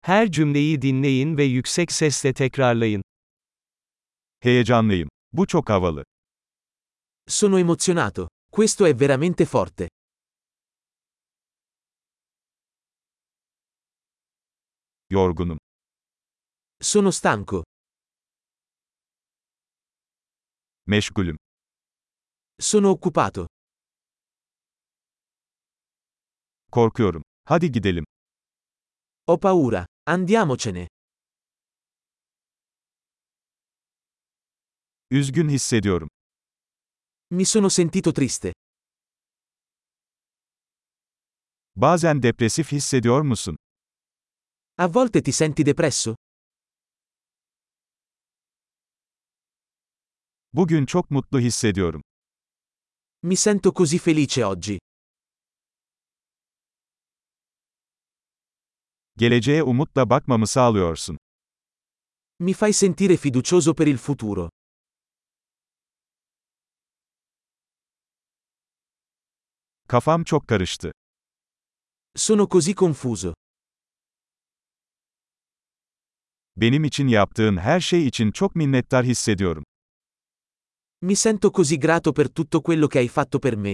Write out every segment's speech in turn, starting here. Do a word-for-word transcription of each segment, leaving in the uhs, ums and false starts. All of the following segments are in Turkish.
Her cümleyi dinleyin ve yüksek sesle tekrarlayın. Heyecanlıyım. Bu çok havalı. Sono emozionato. Questo è veramente forte. Yorgunum. Sono stanco. Meşgulüm. Sono occupato. Korkuyorum. Hadi gidelim. Ho paura. Andiamocene. Üzgün hissediyorum. Mi sono sentito triste. Bazen depresif hissediyor musun? A volte ti senti depresso? Bugün çok mutlu hissediyorum. Mi sento così felice oggi. Geleceğe umutla bakmamı sağlıyorsun. Mi fai sentire fiducioso per il futuro. Kafam çok karıştı. Sono così confuso. Benim için yaptığın her şey için çok minnettar hissediyorum. Mi sento così grato per tutto quello che hai fatto per me.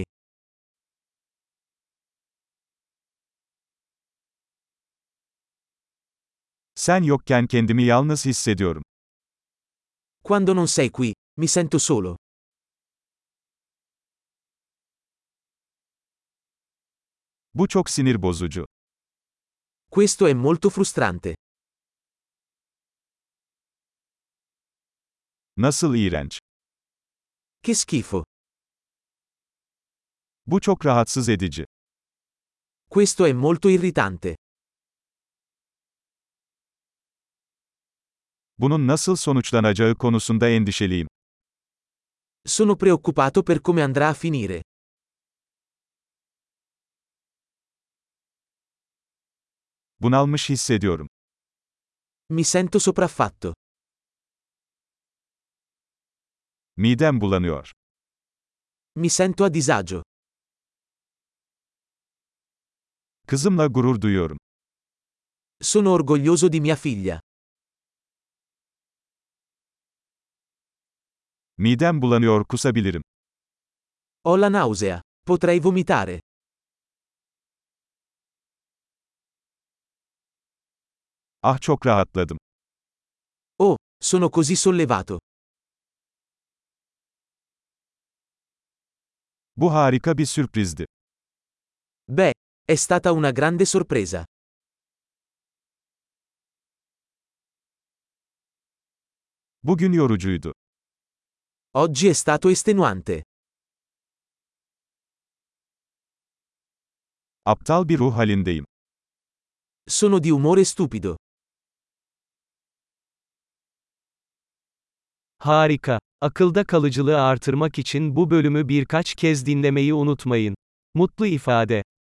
Sen yokken kendimi yalnız hissediyorum. Quando non sei qui, mi sento solo. Bu çok sinir bozucu. Questo è molto frustrante. Nasıl iğrenç. Che schifo. Bu çok rahatsız edici. Questo è molto irritante. Bunun nasıl sonuçlanacağı konusunda endişeliyim. Sono preoccupato per come andrà a finire. Bunalmış hissediyorum. Mi sento sopraffatto. Midem bulanıyor. Mi sento a disagio. Kızımla gurur duyuyorum. Sono orgoglioso di mia figlia. Midem bulanıyor, kusabilirim. Ho la nausea. Potrei vomitare. Ah, çok rahatladım. Oh, sono così sollevato. Bu harika bir sürprizdi. Beh, è stata una grande sorpresa. Bugün yorucuydu. Oggi è stato estenuante. Aptal bir ruh halindeyim. Sono di umore stupido. Harika. Akılda kalıcılığı artırmak için bu bölümü birkaç kez dinlemeyi unutmayın. Mutlu ifade.